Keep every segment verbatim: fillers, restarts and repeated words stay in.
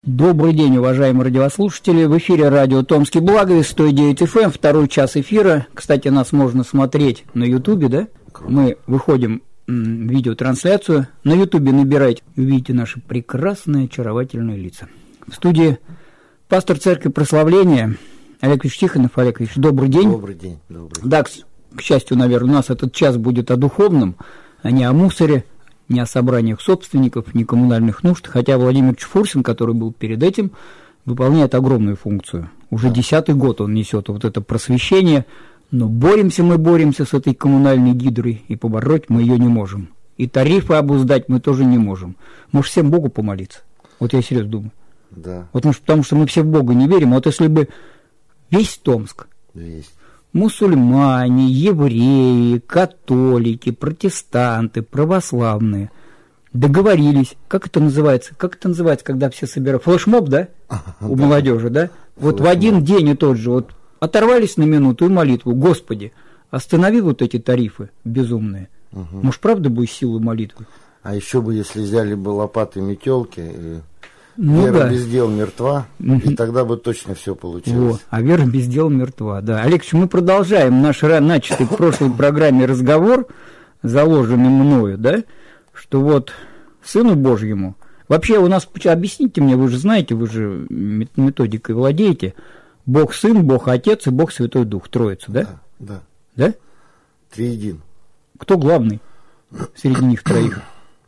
Добрый день, уважаемые радиослушатели. В эфире радио Томский Благовест, сто девять эф эм, второй час эфира. Кстати, нас можно смотреть на Ютубе, да? Мы выходим в видеотрансляцию. На Ютубе набирайте, увидите наши прекрасные, очаровательные лица. В студии пастор Церкви Прославления Олег Ильич Тихонов. Олег Ильич, добрый день. Добрый день. Добрый. Да, к, к счастью, наверное, у нас этот час будет о духовном, а не о мусоре, не о собраниях собственников, не коммунальных нужд, хотя Владимир Чфурсин, который был перед этим, выполняет огромную функцию. Уже да. десятый год он несет вот это просвещение, но боремся мы, боремся с этой коммунальной гидрой, и побороть мы ее не можем. И тарифы обуздать мы тоже не можем. Может, всем Богу помолиться? Вот я серьезно думаю. Да. Вот, может, потому что мы все в Бога не верим. Вот если бы весь Томск, весь. мусульмане, евреи, католики, протестанты, православные договорились, как это называется, как это называется, когда все собирают, флешмоб, да, у да. молодежи, да, вот флешмоб. В один день и тот же, вот оторвались на минуту и молитву, Господи, останови вот эти тарифы безумные, угу. Может, правда будет сила молитвы? А еще бы, если взяли бы лопаты метелки, и... Ну, вера да. без дел мертва, и тогда бы точно все получилось. Во, а вера без дел мертва, да. Олег, мы продолжаем наш начатый в прошлой программе разговор, заложенный мною, да, что вот Сыну Божьему, вообще у нас, объясните мне, вы же знаете, вы же методикой владеете, Бог Сын, Бог Отец и Бог Святой Дух, Троица, да? Да, да. Да? Триедин. Кто главный среди них троих?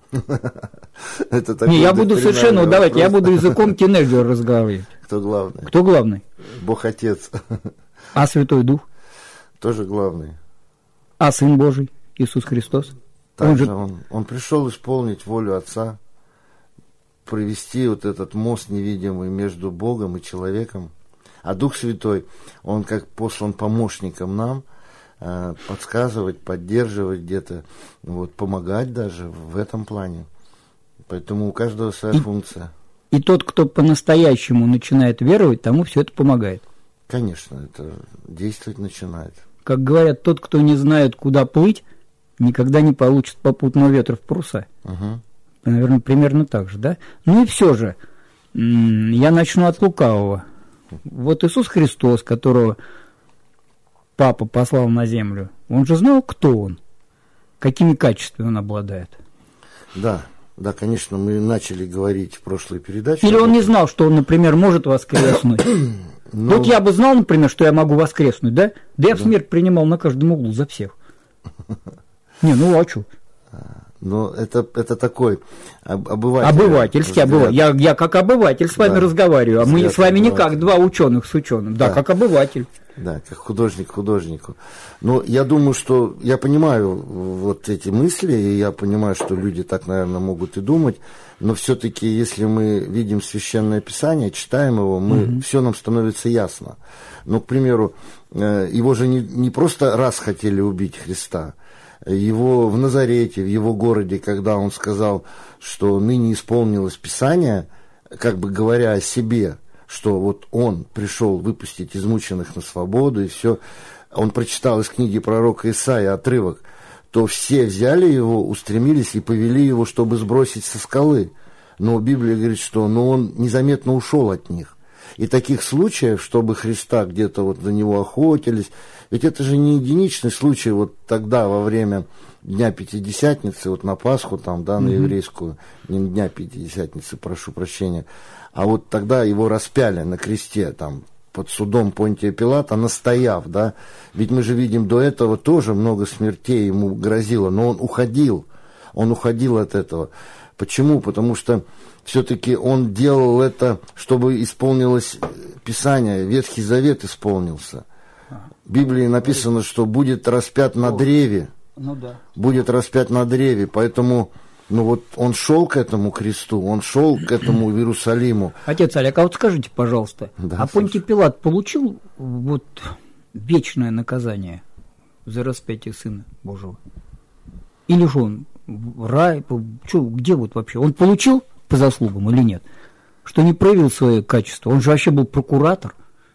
Это не, я буду совершенно, давайте, я буду языком тинейджера разговаривать. Кто главный? Кто главный? Бог Отец. А Святой Дух? Тоже главный. А Сын Божий, Иисус Христос? Он, же... он, он пришел исполнить волю Отца, провести вот этот мост невидимый между Богом и человеком. А Дух Святой, он как послан помощником нам, подсказывать, поддерживать где-то, вот, помогать даже в этом плане. Поэтому у каждого своя и, функция. И тот, кто по-настоящему начинает веровать, тому все это помогает. Конечно, это действовать начинает. Как говорят, тот, кто не знает, куда плыть, никогда не получит попутного ветра в паруса. Угу. Наверное, примерно так же, да? Ну и все же, я начну от лукавого. Вот Иисус Христос, которого Папа послал на землю, он же знал, кто он, какими качествами он обладает. Да, да, конечно, мы начали говорить в прошлой передаче. Или он не знал, что он, например, может воскреснуть. Но... Вот я бы знал, например, что я могу воскреснуть, да? Да я в смерть принимал на каждом углу за всех. Не, ну а что? Ну, это, это такой обыватель. Обывательский, обыватель. Я, я как обыватель с вами да, разговариваю, а мы с вами не как два ученых с ученым. Да, да, как обыватель. Да, как художник художнику. Но я думаю, что я понимаю вот эти мысли, и я понимаю, что люди так, наверное, могут и думать, но все-таки, если мы видим Священное Писание, читаем его, мы, угу. все нам становится ясно. Ну, к примеру, его же не, не просто раз хотели убить Христа, его в Назарете, в его городе, когда он сказал, что ныне исполнилось Писание, как бы говоря о себе, что вот он пришел выпустить измученных на свободу, и все, он прочитал из книги пророка Исаии отрывок, то все взяли его, устремились и повели его, чтобы сбросить со скалы. Но Библия говорит, что ну, он незаметно ушел от них. И таких случаев, чтобы Христа где-то вот за него охотились, ведь это же не единичный случай, вот тогда во время Дня Пятидесятницы, вот на Пасху там, да, на mm-hmm. еврейскую, не Дня Пятидесятницы, прошу прощения, а вот тогда его распяли на кресте, там, под судом Понтия Пилата, настояв, да, ведь мы же видим, до этого тоже много смертей ему грозило, но он уходил, он уходил от этого. Почему? Потому что все-таки он делал это, чтобы исполнилось Писание, Ветхий Завет исполнился. В Библии написано, что будет распят на древе, ну, да. будет распят на древе, поэтому, ну вот он шел к этому кресту, он шел к этому Иерусалиму. Отец Олег, а вот скажите, пожалуйста, да, а Понтий Пилат получил вот вечное наказание за распятие Сына Божьего? Или же он в рай, что, где вот вообще? Он получил по заслугам или нет? Что не проявил свои качества? Он же вообще был прокуратор,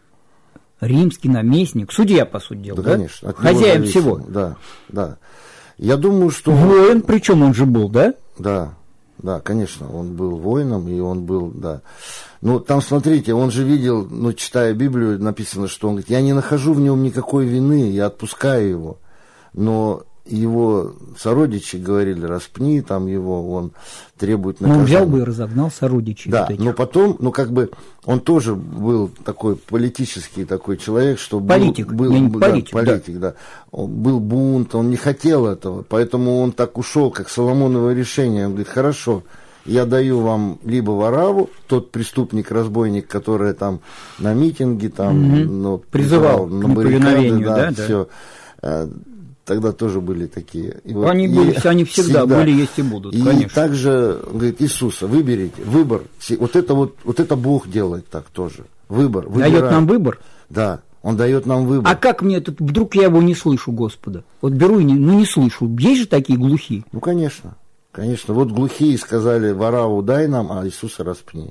римский наместник, судья, по сути дела, да? Да? Конечно, Хозяин всего. Да, да. Я думаю, что... Воин, причем он же был, да? Да. да, конечно, он был воином, и он был, да. Ну, там, смотрите, он же видел, ну, читая Библию, написано, что он говорит, я не нахожу в нем никакой вины, я отпускаю его. Но его сородичи говорили, распни там его, он требует наказания. Ну, он взял бы и разогнал сородичей. Да, вот но потом, ну, как бы, он тоже был такой политический такой человек, что был... Политик, был, не, не да, политик, политик, да. да. Он был бунт, он не хотел этого, поэтому он так ушел, как Соломоново решение. Он говорит, хорошо, я даю вам либо Вараву, тот преступник-разбойник, который там на митинге там, mm-hmm. ну, призывал на баррикады, да, да, все. Да. Тогда тоже были такие. И вот, они, и, были, они всегда, всегда были, есть и будут, и конечно. также, говорит, Иисуса, выберите, выбор. Вот это вот, вот это Бог делает так тоже. Выбор. Выбирай. Дает нам выбор? Да, Он дает нам выбор. А как мне тут, вдруг я его не слышу, Господа? Вот беру и не, ну не слышу. Есть же такие глухие? Ну, конечно. Конечно, вот глухие сказали, Вараву дай нам, а Иисуса распни.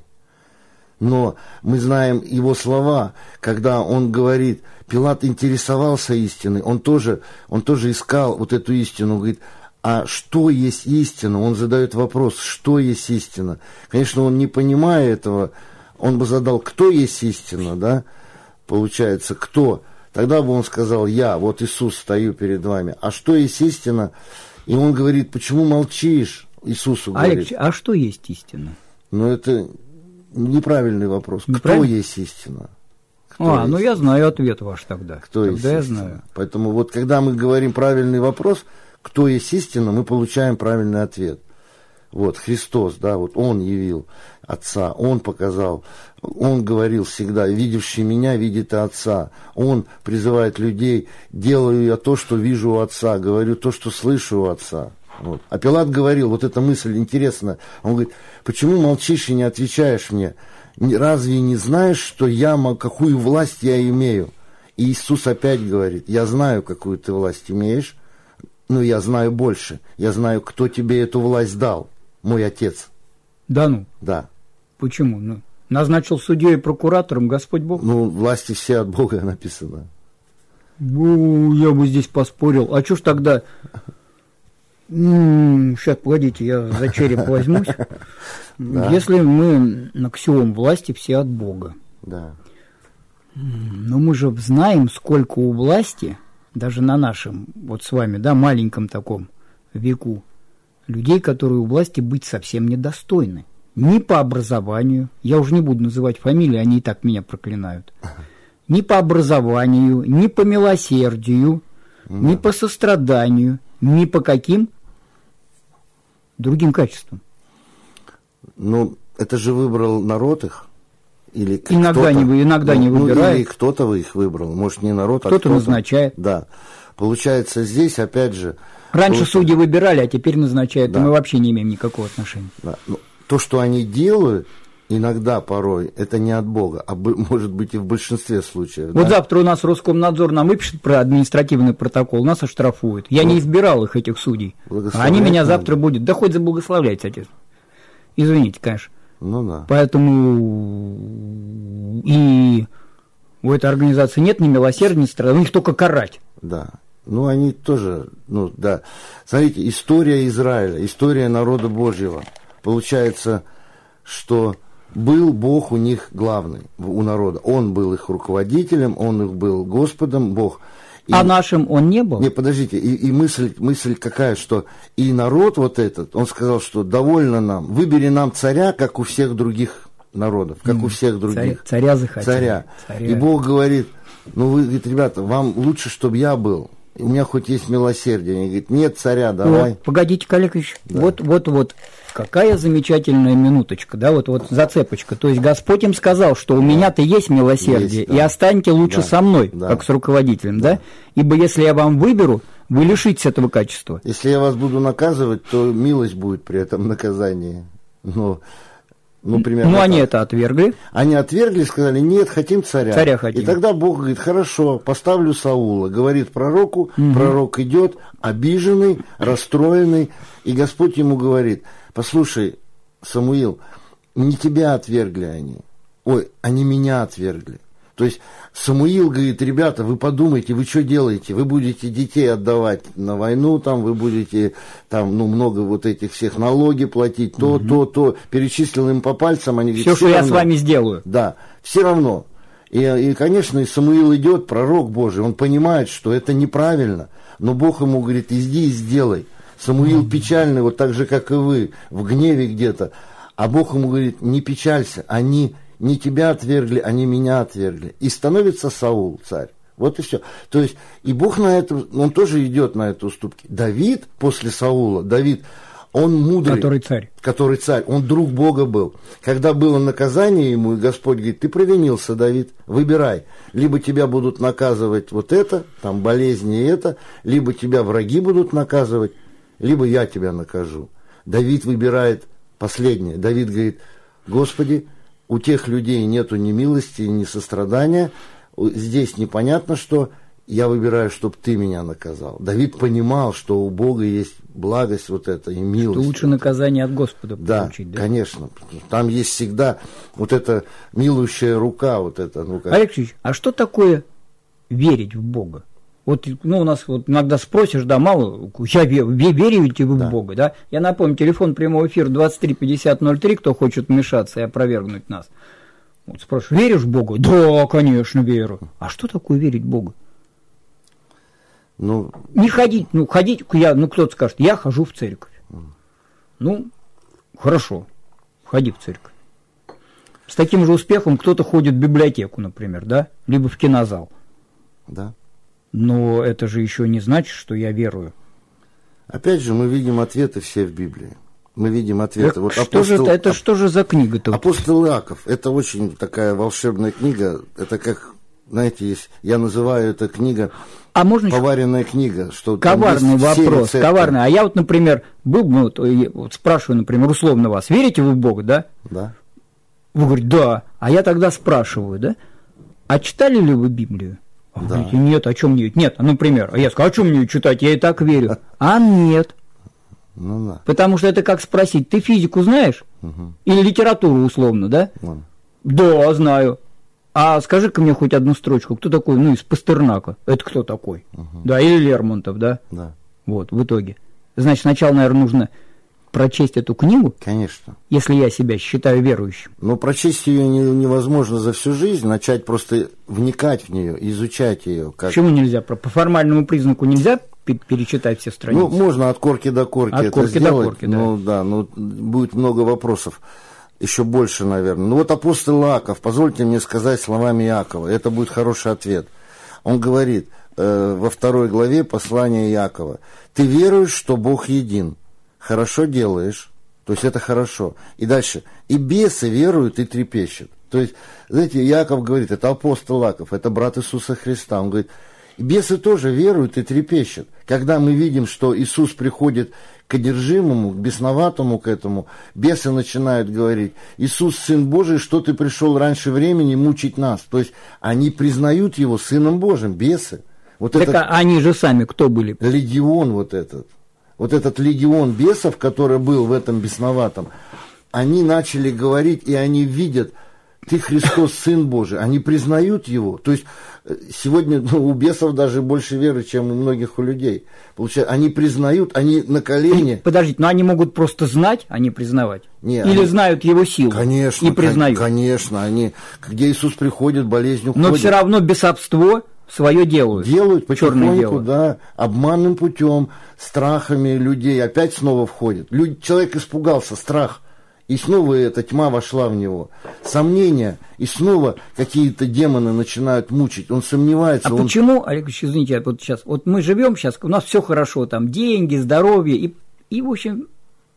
Но мы знаем его слова, когда он говорит, Пилат интересовался истиной, он тоже, он тоже искал вот эту истину, говорит, а что есть истина? Он задает вопрос, что есть истина? Конечно, он не понимая этого, он бы задал, кто есть истина, да? Получается, кто? Тогда бы он сказал, я, вот Иисус, стою перед вами. А что есть истина? И он говорит, почему молчишь? Иисусу говорит. Алекс, а что есть истина? Ну, это неправильный вопрос. Кто есть истина? Кто а, есть? ну я знаю ответ ваш тогда. Кто тогда есть я истина? знаю. Поэтому вот когда мы говорим правильный вопрос, кто есть истина, мы получаем правильный ответ. Вот, Христос, да, вот Он явил Отца, Он показал, Он говорил всегда, видевший меня, видит и Отца. Он призывает людей, делаю я то, что вижу у Отца, говорю то, что слышу у Отца. Вот. А Пилат говорил, вот эта мысль интересная, он говорит, почему молчишь и не отвечаешь мне? Разве не знаешь, что я, какую власть я имею? И Иисус опять говорит, я знаю, какую ты власть имеешь, но я знаю больше, я знаю, кто тебе эту власть дал. Мой отец. Да ну? Да. Почему? Ну, назначил судьей и прокуратором Господь Бог? Ну, власти все от Бога написано. Ну, я бы здесь поспорил. А что ж тогда... М-м, сейчас, погодите, я за череп возьмусь. Да. Если мы аксиом власти все от Бога. Да. Но мы же знаем, сколько у власти, даже на нашем, вот с вами, да, маленьком таком веку, людей, которые у власти быть совсем недостойны. Ни по образованию, я уже не буду называть фамилии, они и так меня проклинают, ни по образованию, ни по милосердию, да. ни по состраданию, ни по каким другим качествам. Ну, это же выбрал народ их? Или иногда не, иногда ну, не выбирает. Ну, или кто-то их выбрал, может, не народ, кто-то, а кто-то назначает. Да. Получается, здесь, опять же... Раньше получается... судьи выбирали, а теперь назначают, да. и мы вообще не имеем никакого отношения. Да. Ну, то, что они делают, иногда, порой, это не от Бога, а может быть и в большинстве случаев. Вот да? завтра у нас Роскомнадзор нам выпишет про административный протокол, нас оштрафуют. Я вот. не избирал их, этих судей. А они меня надо. завтра будут. Да хоть заблагословляйте, отец. Извините, конечно. Ну да. Поэтому и у этой организации нет ни милосердия, ни страдания, у них только карать. Да. Ну, они тоже, ну, да. Смотрите, история Израиля, история народа Божьего. Получается, что был Бог у них главный, у народа. Он был их руководителем, он их был Господом, Бог. И, а нашим он не был? Не, подождите, и, и мысль, мысль какая, что и народ вот этот, он сказал, что довольно нам, выбери нам царя, как у всех других народов, как mm. у всех других. Царя, царя захотели. Царя. царя. И Бог говорит, ну вы, говорит, ребята, вам лучше, чтобы я был. У меня хоть есть милосердие. Они говорят, нет царя, давай. Вот, погодите, Олег Ильич, да. вот, вот, вот, какая замечательная минуточка, да, вот, вот зацепочка. То есть Господь им сказал, что у да. меня-то есть милосердие, есть, да. и останьте лучше да. со мной, да. как с руководителем, да. да? Ибо если я вам выберу, вы лишитесь этого качества. Если я вас буду наказывать, то милость будет при этом наказании. Но... Ну, примерно ну они так. это отвергли. Они отвергли, сказали, нет, хотим царя. Царя хотим. И тогда Бог говорит, хорошо, поставлю Саула. Говорит пророку, угу. пророк идет, обиженный, расстроенный. И Господь ему говорит, послушай, Самуил, не тебя отвергли они. Ой, они меня отвергли. То есть Самуил говорит: ребята, вы подумайте, вы что делаете? Вы будете детей отдавать на войну, там, вы будете там, ну, много вот этих всех налоги платить, то, угу. то, то. Перечислил им по пальцам, они говорят: все, что равно, я с вами сделаю. Да, все равно. И, и, конечно, и Самуил идет, пророк Божий, он понимает, что это неправильно, но Бог ему говорит: иди и сделай. Самуил угу. печальный, вот так же, как и вы, в гневе где-то. А Бог ему говорит: не печалься, они не тебя отвергли, они меня отвергли. И становится Саул царь. Вот и все. То есть, и Бог на это, он тоже идет на это уступки. Давид после Саула, Давид, он мудрый. Который царь. Который царь, он друг Бога был. Когда было наказание ему, и Господь говорит: ты провинился, Давид, выбирай. Либо тебя будут наказывать вот это, там болезни и это, либо тебя враги будут наказывать, либо я тебя накажу. Давид выбирает последнее. Давид говорит: Господи, у тех людей нету ни милости, ни сострадания, здесь непонятно что, я выбираю, чтобы ты меня наказал. Давид понимал, что у Бога есть благость вот эта и милость. Что лучше наказание от Господа получить. Да, да, конечно. Там есть всегда вот эта милующая рука, вот это. Ну, как... Алексей, а что такое верить в Бога? Вот, ну, у нас вот иногда спросишь, да, мало, я верю, верите вы да. в Бога, да? Я напомню, телефон прямого эфира двадцать три пятьдесят ноль три, кто хочет вмешаться и опровергнуть нас. Вот спрашиваю: веришь в Бога? Да, конечно, верю. А что такое верить в Бога? Ну... Не ходить, ну, ходить, я, ну, кто-то скажет: я хожу в церковь. Mm. Ну, хорошо, ходи в церковь. С таким же успехом кто-то ходит в библиотеку, например, да? Либо в кинозал. Да. Но это же еще не значит, что я верую. Опять же, мы видим ответы все в Библии. Мы видим ответы. Вот что апостол, же, это что же за книга-то? Апостол Иаков. Это очень такая волшебная книга. Это как, знаете, есть, я называю это книга а можно поваренная книга. Что коварный вопрос. Коварный. А я вот, например, был, ну, вот, вот спрашиваю, например, условно вас: верите вы в Бога, да? Да. Вы говорите: да. А я тогда спрашиваю, да? А читали ли вы Библию? А вы да. говорите: нет, о чем мне? Нет, например, а я скажу: о чем мне читать? Я и так верю. А нет. Ну да. Потому что это как спросить: ты физику знаешь? Угу. Или литературу условно, да? Угу. Да, знаю. А скажи-ка мне хоть одну строчку, кто такой, ну, из Пастернака? Это кто такой? Угу. Да, или Лермонтов, да? Да. Вот, в итоге. Значит, сначала, наверное, нужно прочесть эту книгу. Конечно. Если я себя считаю верующим. Но прочесть ее не, невозможно за всю жизнь, начать просто вникать в нее, изучать ее. Как... Почему нельзя? По формальному признаку нельзя перечитать все страницы? Ну, можно от корки до корки от это корки сделать. До корки, да. Ну, да, но будет много вопросов. Еще больше, наверное. Ну, вот апостол Иаков, позвольте мне сказать словами Иакова, это будет хороший ответ. Он говорит э, во второй главе послания Иакова: ты веруешь, что Бог един, хорошо делаешь, то есть это хорошо. И дальше: и бесы веруют и трепещут. То есть, знаете, Иаков говорит, это апостол Иаков, это брат Иисуса Христа. Он говорит: и бесы тоже веруют и трепещут. Когда мы видим, что Иисус приходит к одержимому, к бесноватому к этому, бесы начинают говорить: Иисус, Сын Божий, что ты пришел раньше времени мучить нас? То есть они признают его Сыном Божьим, бесы. Вот так этот они же сами кто были? Легион вот этот. Вот этот легион бесов, который был в этом бесноватом, они начали говорить, и они видят: ты Христос, Сын Божий. Они признают его. То есть сегодня ну, у бесов даже больше веры, чем у многих у людей. Получается, они признают, они на колени. Подождите, но они могут просто знать, а не признавать? Нет, или они... знают его силу? Конечно, и признают? Конечно, они, где Иисус приходит, болезнь уходит. Но все равно бесовство свое делают. Делают потихоньку, дело. да, обманным путем, страхами людей. Опять снова входит. Люд... Человек испугался, страх. И снова эта тьма вошла в него. Сомнения. И снова какие-то демоны начинают мучить. Он сомневается. А он... почему, Олег, извините, вот сейчас, вот мы живем сейчас, у нас все хорошо, там деньги, здоровье, и, и в общем,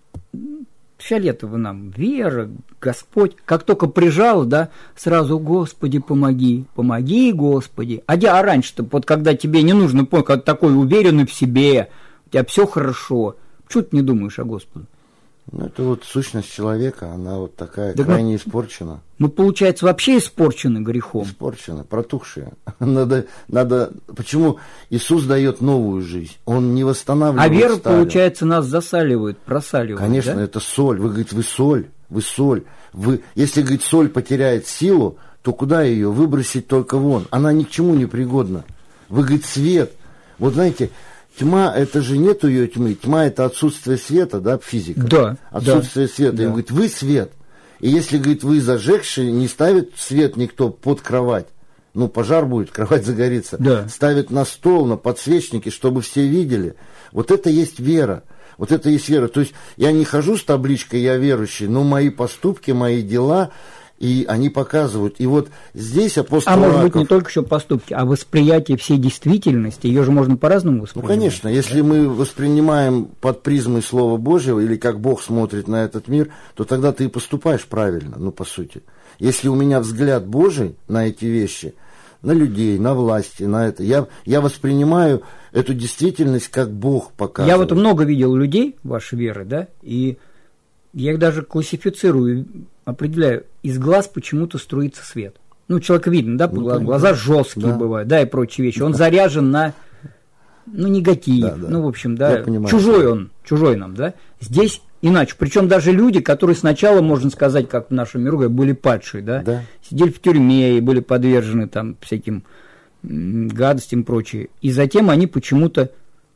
фиолетово нам, вера, Господь. Как только прижал, да, сразу: Господи, помоги, помоги, Господи. А, а раньше-то, вот когда тебе не нужно, когда такой уверенный в себе, у тебя все хорошо, чего ты не думаешь о Господе? Ну, это вот сущность человека, она вот такая, да, крайне мы, испорчена. Ну, получается, вообще испорчена грехом. Испорчена, протухшая. надо, надо... Почему Иисус дает новую жизнь? Он не восстанавливает А вера, старую. Получается, нас засаливает, просаливает. Конечно, да? это соль. Вы говорите: вы соль, вы соль. Вы... Если, говорит, соль потеряет силу, то куда ее? Выбросить только вон. Она ни к чему не пригодна. Вы, говорит, свет. Вот знаете, тьма, это же нету ее тьмы. Тьма – это отсутствие света, да, физика. Да. Отсутствие да, света. Да. И говорит, вы свет. И если, говорит, вы зажегшие, не ставит свет никто под кровать. Ну, пожар будет, кровать загорится. Да. Ставит на стол, на подсвечники, чтобы все видели. Вот это есть вера. Вот это есть вера. То есть я не хожу с табличкой «Я верующий», но мои поступки, мои дела, и они показывают. И вот здесь апостол А Иаков... может быть, не только еще поступки, а восприятие всей действительности. Ее же можно по-разному воспринимать. Ну, конечно. Если мы воспринимаем под призмой Слова Божьего, или как Бог смотрит на этот мир, то тогда ты и поступаешь правильно, ну, по сути. Если у меня взгляд Божий на эти вещи, на людей, на власти, на это, я, я воспринимаю эту действительность, как Бог показывает. Я вот много видел людей вашей веры, да, и я их даже классифицирую, определяю. Из глаз почему-то струится свет. Ну, человек видно, да, ну, глаза жесткие да. бывают, да, и прочие вещи. Он заряжен на, ну, негатив, да, да. ну, в общем, да, чужой он, чужой нам, да. Здесь иначе. Причем даже люди, которые сначала, можно сказать, как в нашем миру, были падшие, да, да. сидели в тюрьме и были подвержены там всяким гадостям и прочее. И затем они почему-то,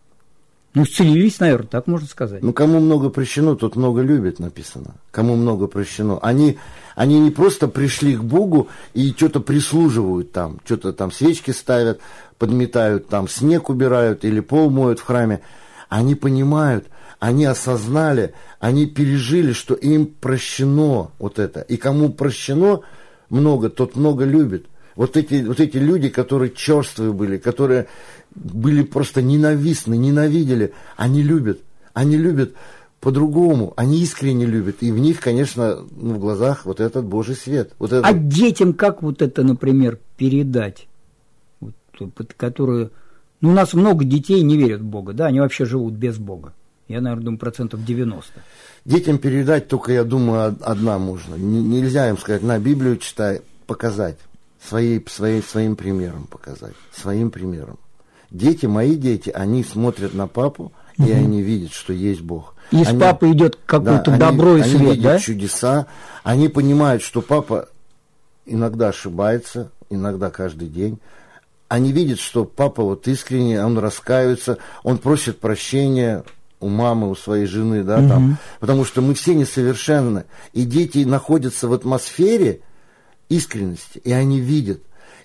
ну, исцелились, наверное, так можно сказать. Ну, кому много прощено, тот много любит, написано. Кому много прощено. Они, они не просто пришли к Богу и что-то прислуживают там, что-то там свечки ставят, подметают, там снег убирают или пол моют в храме. Они понимают, они осознали, они пережили, что им прощено вот это. И кому прощено много, тот много любит. Вот эти, вот эти люди, которые черствые были, которые были просто ненавистны, ненавидели, они любят. Они любят по-другому, они искренне любят. И в них, конечно, ну, в глазах вот этот Божий свет. Вот этот. А детям как вот это, например, передать? Вот, которые... Ну, у нас много детей не верят в Бога, да, они вообще живут без Бога. Я, наверное, думаю, процентов девяносто. Детям передать только, я думаю, одна можно. Нельзя им сказать, на Библию читай, показать. Своей, своей, своим примером показать. Своим примером. Дети, мои дети, они смотрят на папу, угу. и они видят, что есть Бог. Из они, папы идет какое-то да, добро они, и свет, они видят да? чудеса. Они понимают, что папа иногда ошибается, иногда каждый день. Они видят, что папа вот искренне, он раскаивается, он просит прощения у мамы, у своей жены, да, угу. там, потому что мы все несовершенны. И дети находятся в атмосфере искренности, и они видят.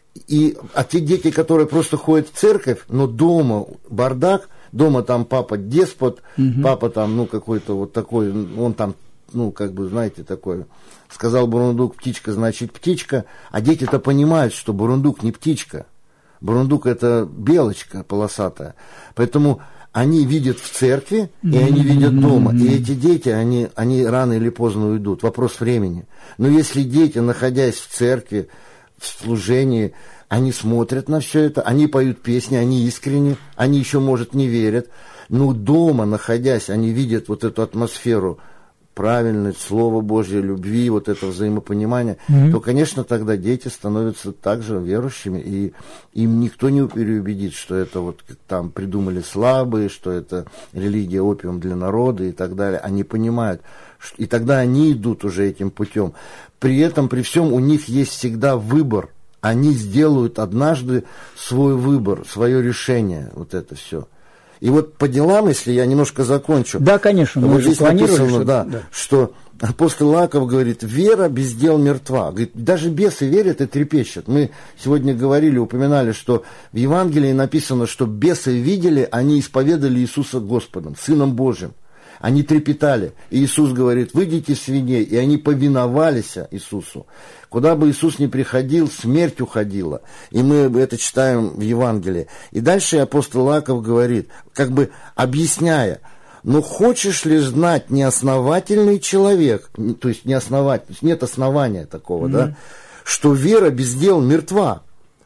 И, а те дети, которые просто ходят в церковь, но дома бардак, дома там папа деспот, угу. папа там, ну, какой-то вот такой, он там, ну, как бы, знаете, такой, сказал Бурундук, птичка, значит, птичка, а дети-то понимают, что Бурундук не птичка. Бурундук – это белочка полосатая. Поэтому они видят в церкви, и они видят дома. И эти дети, они, они рано или поздно уйдут. Вопрос времени. Но если дети, находясь в церкви, в служении, они смотрят на все это, они поют песни, они искренне, они еще, может, не верят. Но дома, находясь, они видят вот эту атмосферу правильность, Слово Божье, любви, вот это взаимопонимание, mm-hmm. то, конечно, тогда дети становятся также верующими, и им никто не переубедит, что это вот там придумали слабые, что это религия опиум для народа и так далее. Они понимают, и тогда они идут уже этим путем. При этом, при всем, у них есть всегда выбор. Они сделают однажды свой выбор, свое решение, вот это все. И вот по делам, если я немножко закончу. Да, конечно. Вот здесь написано, что, да, да. что апостол Иаков говорит, вера без дел мертва. Говорит, даже бесы верят и трепещут. Мы сегодня говорили, упоминали, что в Евангелии написано, что бесы видели, они исповедали Иисуса Господом, Сыном Божьим. Они трепетали. И Иисус говорит, выйдите свиней. И они повиновались Иисусу. Куда бы Иисус ни приходил, смерть уходила. И мы это читаем в Евангелии. И дальше апостол Иаков говорит, как бы объясняя, но хочешь ли знать неосновательный человек, то есть неосновательный, нет основания такого, mm-hmm. да, что вера без дел мертва.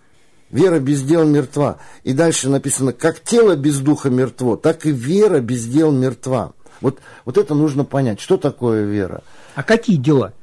Вера без дел мертва. И дальше написано, как тело без духа мертво, так и вера без дел мертва. Вот, вот это нужно понять, что такое вера. А какие дела?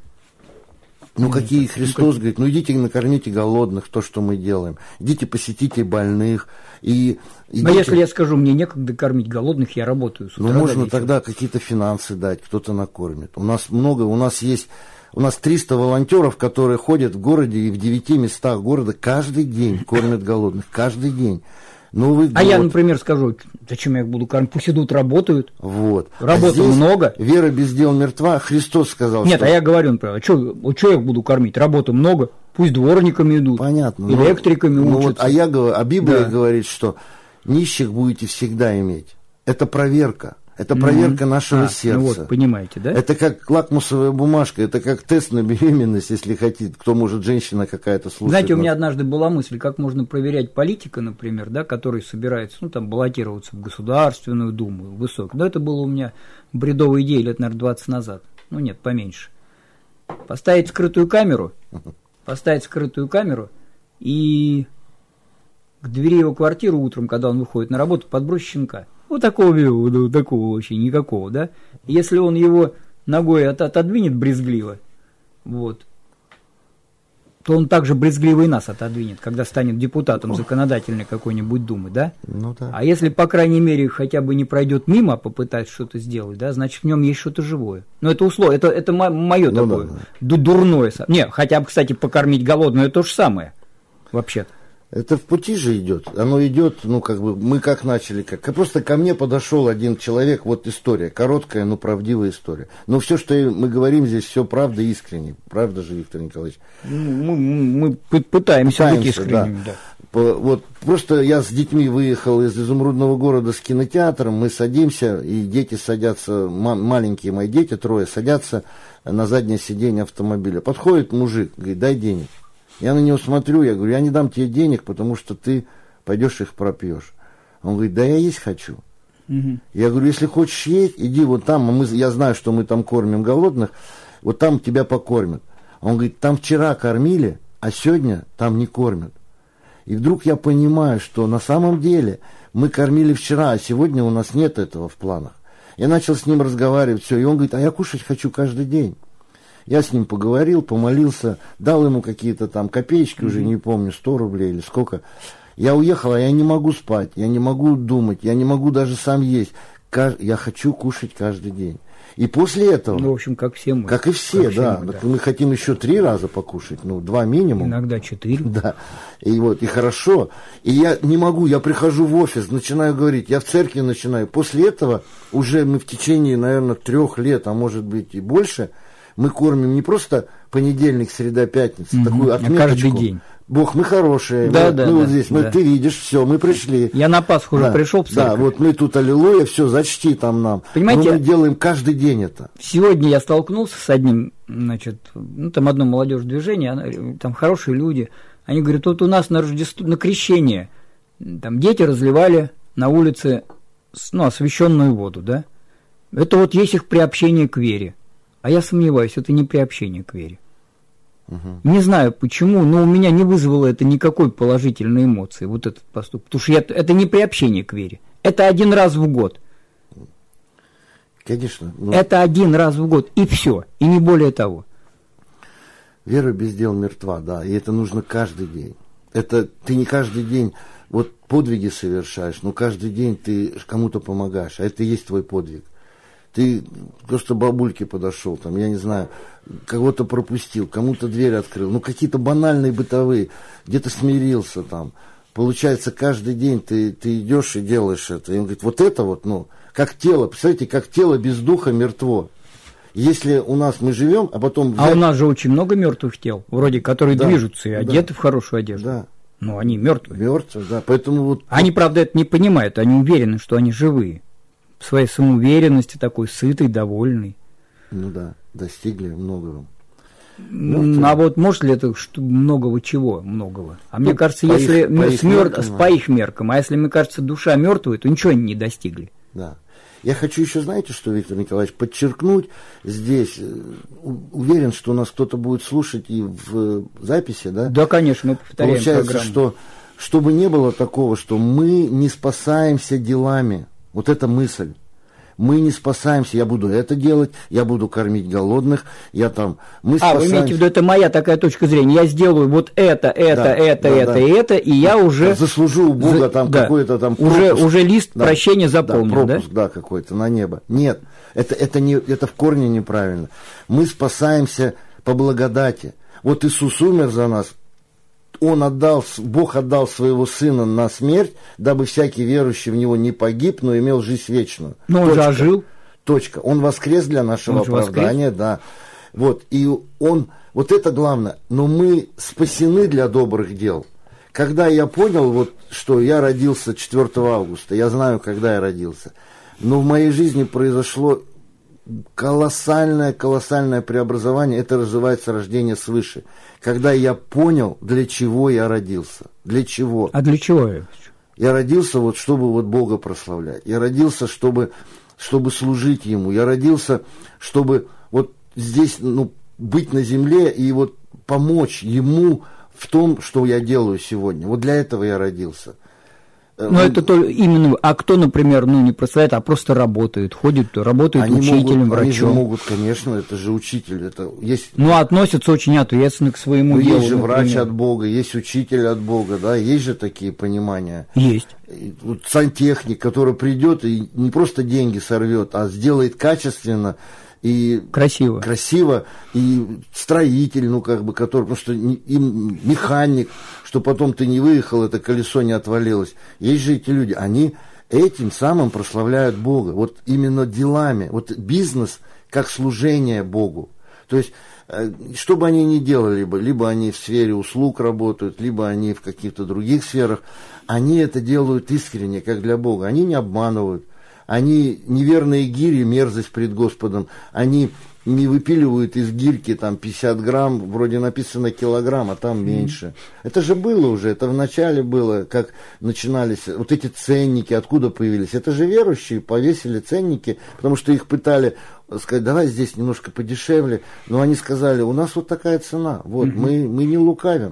Ну, какие Христос ну, говорит, ну, идите накормите голодных, то, что мы делаем. Идите посетите больных. И, идите... Но если я скажу, мне некогда кормить голодных, я работаю с утра. Ну, можно тогда какие-то финансы дать, кто-то накормит. У нас много, у нас есть У нас триста волонтеров, которые ходят в городе и в девяти местах города каждый день кормят голодных, каждый день. Новый а год. Я, например, скажу, зачем я их буду кормить? Пусть идут, работают. Вот. Работы а много. Вера без дел мертва. Христос сказал, Нет, что... а я говорю, например, что, что я их буду кормить? Работы много. Пусть дворниками идут. Понятно. Электриками ну, учатся. Вот, а я говорю, а Библия да. говорит, что нищих будете всегда иметь. Это проверка. Это проверка mm-hmm. нашего а, сердца. Ну вот, понимаете, да? Это как лакмусовая бумажка, это как тест на беременность, если хотите, кто может, женщина какая-то слушать. Знаете, у нас. меня однажды была мысль, как можно проверять политика, например, да, который собирается, ну, там, баллотироваться в Государственную Думу, высокую. Но это было у меня бредовая идея лет, наверное, двадцать назад. Ну, нет, поменьше. Поставить скрытую камеру, поставить скрытую камеру и к двери его квартиры утром, когда он выходит на работу, подбросить щенка. Вот такого, вот такого вообще никакого, да. Если он его ногой от, отодвинет брезгливо, вот, то он также брезгливо и нас отодвинет, когда станет депутатом законодательной какой-нибудь думы, да? Ну да. А если, по крайней мере, хотя бы не пройдет мимо, попытается что-то сделать, да, значит, в нем есть что-то живое. Но это условие, это, это мое ну такое, да, да. дурное. Не, хотя бы, кстати, покормить голодного, это то же самое, вообще-то. Это в пути же идет. Оно идет, ну, как бы, мы как начали, как. Просто ко мне подошел один человек, вот история, короткая, но правдивая история. Но все, что мы говорим здесь, все правда и искренне. Правда же, Виктор Николаевич? Мы, мы пытаемся, пытаемся быть искренними, да. да. Вот просто я с детьми выехал из Изумрудного города с кинотеатром, мы садимся, и дети садятся, маленькие мои дети, трое, садятся на заднее сиденье автомобиля. Подходит мужик, говорит, дай денег. Я на него смотрю, я говорю, я не дам тебе денег, потому что ты пойдешь их пропьешь. Он говорит, да я есть хочу. Угу. Я говорю, если хочешь есть, иди вот там, мы, я знаю, что мы там кормим голодных, вот там тебя покормят. Он говорит, там вчера кормили, а сегодня там не кормят. И вдруг я понимаю, что на самом деле мы кормили вчера, а сегодня у нас нет этого в планах. Я начал с ним разговаривать, все, и он говорит, а я кушать хочу каждый день. Я с ним поговорил, помолился, дал ему какие-то там копеечки, mm-hmm. уже не помню, сто рублей или сколько. Я уехал, а я не могу спать, я не могу думать, я не могу даже сам есть. Я хочу кушать каждый день. И после этого... Ну, в общем, как все мы. Как и все, как да. Мы, да. Мы хотим еще три раза покушать, ну, два минимум. Иногда четыре. Да. И вот, и хорошо. И я не могу, я прихожу в офис, начинаю говорить, я в церкви начинаю. После этого уже мы в течение, наверное, трех лет, а может быть и больше... Мы кормим не просто понедельник, среда, пятница, угу, такую отметочку. Каждый день. Бог, мы хорошие. Да, мы, да, мы да, вот здесь, да. мы, ты видишь, все, мы пришли. Я на Пасху да, уже пришел в церковь. Да, вот мы тут аллилуйя, все, зачти там нам. Понимаете, но мы делаем каждый день это. Сегодня я столкнулся с одним, значит, ну там одно молодежное движение, там хорошие люди. Они говорят, вот у нас на Рождество, на крещение, там дети разливали на улице, ну, освященную воду, да. Это вот есть их приобщение к вере. А я сомневаюсь, это не приобщение к вере. Угу. Не знаю почему, но у меня не вызвало это никакой положительной эмоции, вот этот поступок. Потому что я, это не приобщение к вере. Это один раз в год. Конечно. Но... Это один раз в год, и все, и не более того. Вера без дел мертва, да, и это нужно каждый день. Это ты не каждый день вот подвиги совершаешь, но каждый день ты кому-то помогаешь, а это и есть твой подвиг. Ты просто бабульке подошел, там, я не знаю, кого-то пропустил, кому-то дверь открыл, ну, какие-то банальные бытовые, где-то смирился там. Получается, каждый день ты, ты идешь и делаешь это. И он говорит, вот это вот, ну, как тело, представляете, как тело без духа мертво. Если у нас мы живем, а потом... А взять... у нас же очень много мертвых тел, вроде, которые да, движутся и одеты да, в хорошую одежду. Да. Но они мертвые. Мертвые, да, поэтому вот... Они, правда, это не понимают, они уверены, что они живые. В своей самоуверенности такой, сытый, довольный. Ну да, достигли многого. Ну, а вот может ли это что, многого чего? Многого. А ну, мне кажется, по если их, по, с их мер... меркам, по их меркам, а если, мне кажется, душа мертвая, то ничего они не достигли. Да. Я хочу еще, знаете, что, Виктор Николаевич, подчеркнуть здесь, уверен, что у нас кто-то будет слушать и в записи, да? Да, конечно, мы повторяем Получается, программу. Что чтобы не было такого, что мы не спасаемся делами. Вот эта мысль. Мы не спасаемся, я буду это делать, я буду кормить голодных, я там... Мы а, спасаемся... вы имеете в виду, это моя такая точка зрения, я сделаю вот это, это, да, это, да, это, да. это, и я уже... Заслужу у Бога За... там да. какой-то там пропуск. Уже, уже лист да. прощения заполнен, да? Пропуск, да, да какой-то на небо. Нет, это, это, не, это в корне неправильно. Мы спасаемся... по благодати. Вот Иисус умер за нас, Он отдал, Бог отдал своего Сына на смерть, дабы всякий верующий в Него не погиб, но имел жизнь вечную. Но он же ожил. Точка. Он воскрес для нашего оправдания, да. Вот, и Он, вот это главное, но мы спасены для добрых дел. Когда я понял, вот, что я родился четвёртого августа, я знаю, когда я родился, но в моей жизни произошло колоссальное, колоссальное преобразование, это называется рождение свыше. Когда я понял, для чего я родился. Для чего. А для чего? Я родился, вот, чтобы вот Бога прославлять. Я родился, чтобы, чтобы служить Ему. Я родился, чтобы вот здесь, ну, быть на земле и вот помочь Ему в том, что я делаю сегодня. Вот для этого я родился. Но это то, именно, а кто, например, ну не прославляет, а просто работает, ходит, работает они учителем, могут, врачом. Они же могут, конечно, это же учитель. Это есть, ну, относятся очень ответственно к своему ну, делу. Есть же например. Врач от Бога, есть учитель от Бога, да, есть же такие понимания. Есть. Вот сантехник, который придет и не просто деньги сорвет, а сделает качественно и красиво. красиво, и строитель, ну, как бы, который, потому что и механик, что потом ты не выехал, это колесо не отвалилось. Есть же эти люди, они этим самым прославляют Бога, вот именно делами, вот бизнес как служение Богу. То есть, что бы они ни делали, либо, либо они в сфере услуг работают, либо они в каких-то других сферах, они это делают искренне, как для Бога, они не обманывают. Они неверные гири, мерзость пред Господом, они не выпиливают из гирьки там пятьдесят грамм, вроде написано килограмм, а там меньше. Mm-hmm. Это же было уже, это в начале было, как начинались вот эти ценники, откуда появились. Это же верующие повесили ценники, потому что их пытали сказать, давай здесь немножко подешевле, но они сказали, у нас вот такая цена, вот, mm-hmm. мы, мы не лукавим.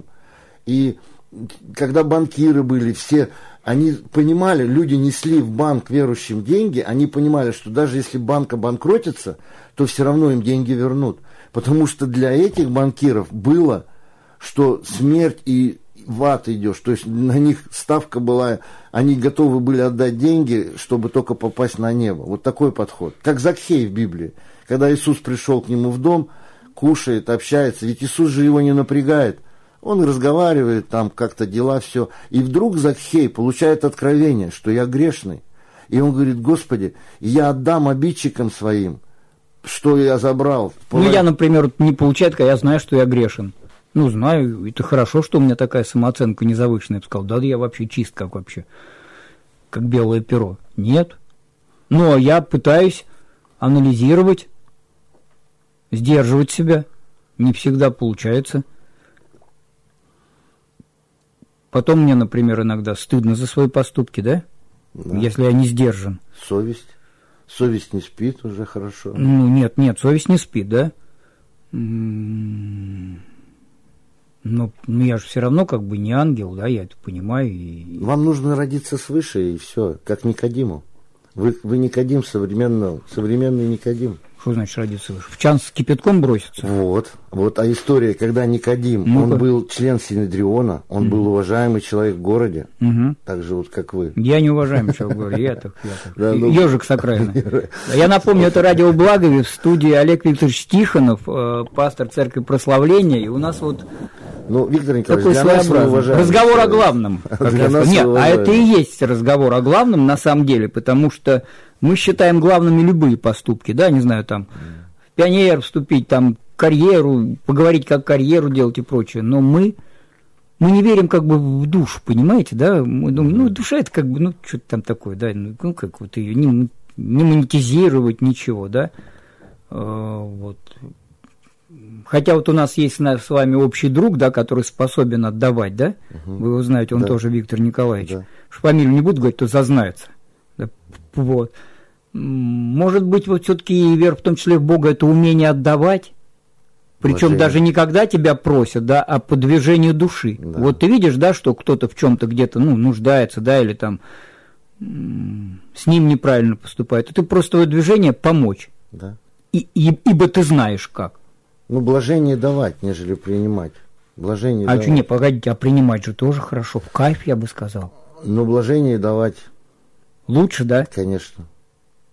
И когда банкиры были, все... Они понимали, люди несли в банк верующим деньги, они понимали, что даже если банк обанкротится, то все равно им деньги вернут. Потому что для этих банкиров было, что смерть и в ад идешь. То есть на них ставка была, они готовы были отдать деньги, чтобы только попасть на небо. Вот такой подход. Как Закхей в Библии. Когда Иисус пришел к нему в дом, кушает, общается, ведь Иисус же его не напрягает. Он разговаривает, там как-то дела, все. И вдруг Закхей получает откровение, что я грешный. И он говорит, Господи, я отдам обидчикам своим, что я забрал. Ну, я, например, не получает, когда я знаю, что я грешен. Ну, знаю, это хорошо, что у меня такая самооценка незавышенная. Я бы сказал, да, я вообще чист, как вообще, как белое перо. Нет. Но я пытаюсь анализировать, сдерживать себя. Не всегда получается. Потом мне, например, иногда стыдно за свои поступки, да? Да. Если я не сдержан. Совесть. Совесть не спит уже хорошо. Ну, нет, нет, совесть не спит, да? Но ну, я же все равно как бы не ангел, да, я это понимаю. И... Вам нужно родиться свыше, и все, как Никодиму. Вы, вы Никодим современный, современный Никодим. Что значит родиться свыше? В чан с кипятком броситься? Вот, вот, а история, когда Никодим, ну-ка. Он был член Синедриона, он угу. был уважаемый человек в городе, угу. так же вот, как вы. Я не уважаемый человек в городе, я так, я так. Да, ну... Ежик с окраины. Я напомню, это радио Благове, в студии Олег Викторович Тихонов, пастор Церкви Прославления, и у нас вот ну, Виктор Николаевич, для нас разговор человек. О главном. Нет, а это и есть разговор о главном на самом деле, потому что мы считаем главными любые поступки, да, не знаю, там, в пионер вступить, там, карьеру, поговорить, как карьеру делать и прочее, но мы, мы не верим как бы в душу, понимаете, да, мы думаем, ну, душа это как бы, ну, что-то там такое, да, ну, как вот ее не, не монетизировать, ничего, да, вот. Хотя вот у нас есть с вами общий друг, да, который способен отдавать, да, угу. Вы его знаете, он да. тоже Виктор Николаевич, да. Фамилию не буду говорить, то зазнается. Да, вот. Может быть, вот все-таки вера, в том числе в Бога, это умение отдавать, причем Вложение. Даже не когда тебя просят, да, а по движению души. Да. Вот ты видишь, да, что кто-то в чем-то где-то, ну, нуждается, да, или там с ним неправильно поступает, и ты просто твое движение помочь, да. и, и, ибо ты знаешь как. Ну, блажение давать, нежели принимать. Блажение а давать. что, не, погодите, а принимать же тоже хорошо, в кайф, я бы сказал. Ну, блажение давать. Лучше, да? Конечно.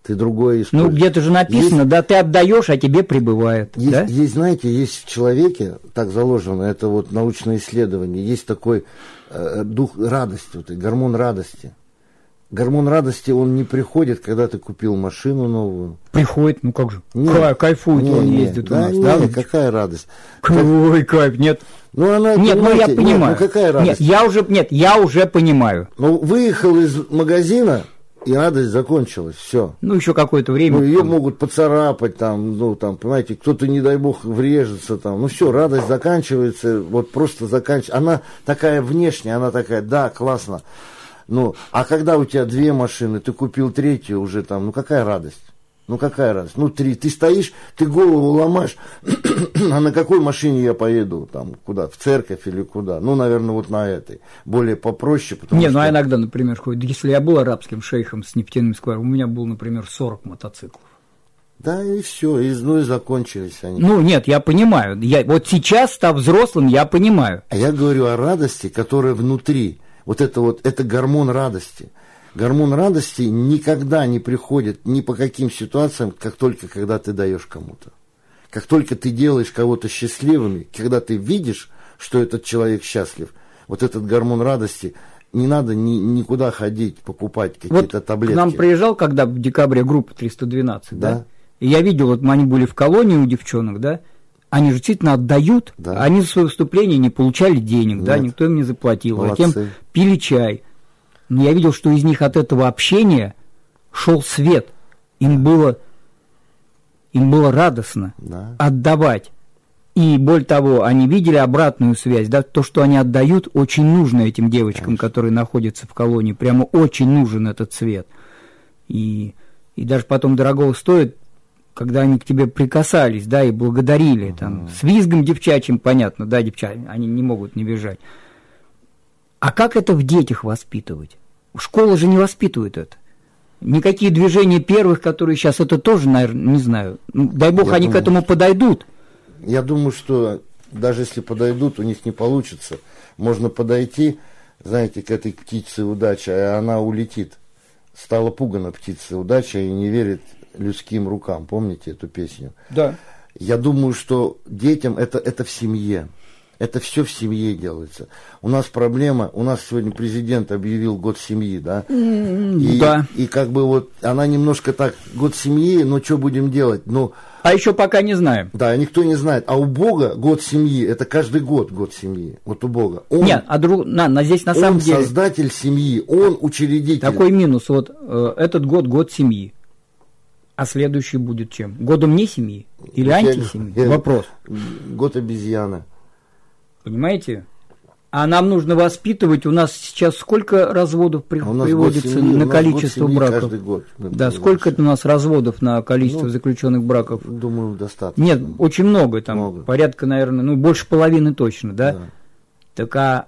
ты другое используешь. Ну, где-то же написано, есть, да, ты отдаешь, а тебе прибывает. Есть, да? есть, знаете, есть в человеке, так заложено, это вот научное исследование, есть такой э, дух радости, вот, гормон радости. Гормон радости, он не приходит, когда ты купил машину новую. Приходит, ну как же, нет, кайфует, нет, он нет, ездит да, у нас. Нет, Да, какая радость. Ой, кайф, нет. Ну, она, нет, ну я понимаю. Нет, ну какая радость? Нет, я уже, нет, я уже понимаю. Ну, выехал из магазина, и радость закончилась, все. Ну, еще какое-то время. Ну, ее там могут поцарапать, там, ну, там, понимаете, кто-то, не дай бог, врежется, там. Ну, все, радость заканчивается, вот просто заканчивается. Она такая внешняя, она такая, да, классно. Ну, а когда у тебя две машины, ты купил третью уже там, ну, какая радость? Ну, какая радость? Ну, три. Ты стоишь, ты голову ломаешь, а на какой машине я поеду? Там, куда? В церковь или куда? Ну, наверное, вот на этой. Более попроще, потому Не, что... ну, а иногда, например, ходит, если я был арабским шейхом с нефтяным скваром, у меня было, например, сорок мотоциклов. Да, и все, и, ну, и закончились они. Ну, нет, я понимаю. Я, вот сейчас, став взрослым, я понимаю. А я говорю о радости, которая внутри. Вот это вот, это гормон радости. Гормон радости никогда не приходит ни по каким ситуациям, как только когда ты даешь кому-то. Как только ты делаешь кого-то счастливым, когда ты видишь, что этот человек счастлив, вот этот гормон радости, не надо ни, никуда ходить, покупать какие-то вот таблетки. К нам приезжал, когда в декабре группа триста двенадцать, да? Да. И я видел, вот они были в колонии у девчонок, да? Они же действительно отдают, да. Они за свое выступление не получали денег, Нет. да, никто им не заплатил. Молодцы. Затем пили чай. Но я видел, что из них от этого общения шел свет. Им было, им было радостно да. отдавать. И более того, они видели обратную связь, да, то, что они отдают, очень нужно этим девочкам, Конечно. Которые находятся в колонии. Прямо очень нужен этот свет. И, и даже потом дорого стоит, когда они к тебе прикасались, да, и благодарили, угу. там, с визгом девчачьим, понятно, да, девчачьим, они не могут не бежать. А как это в детях воспитывать? Школа же не воспитывает это. Никакие движения первых, которые сейчас, это тоже, наверное, не знаю. Дай бог, я они думаю, к этому подойдут. Я думаю, что даже если подойдут, у них не получится. Можно подойти, знаете, к этой птице удачи, а она улетит. Стала пугана птица удача и не верит людским рукам. Помните эту песню? Да. Я думаю, что детям это, это в семье. Это все в семье делается. У нас проблема, у нас сегодня президент объявил год семьи, да? И, да. И как бы вот она немножко так, год семьи, но что будем делать? Ну, а еще пока не знаем. Да, никто не знает. А у Бога год семьи, это каждый год год семьи. Вот у Бога. Он, Нет, а друг, на, на здесь на самом он деле... Он создатель семьи, он учредитель. Такой минус, вот э, этот год год семьи. А следующий будет чем? Годом не семьи? Или я, антисемьи? Я, Вопрос. Год обезьяны. Понимаете? А нам нужно воспитывать. У нас сейчас сколько разводов при, а приводится семьи, на количество браков? Год, да, сколько это у нас разводов на количество ну, заключенных браков? Думаю, достаточно. Нет, очень много. Там много. Порядка, наверное, ну, больше половины точно, да? да? Так а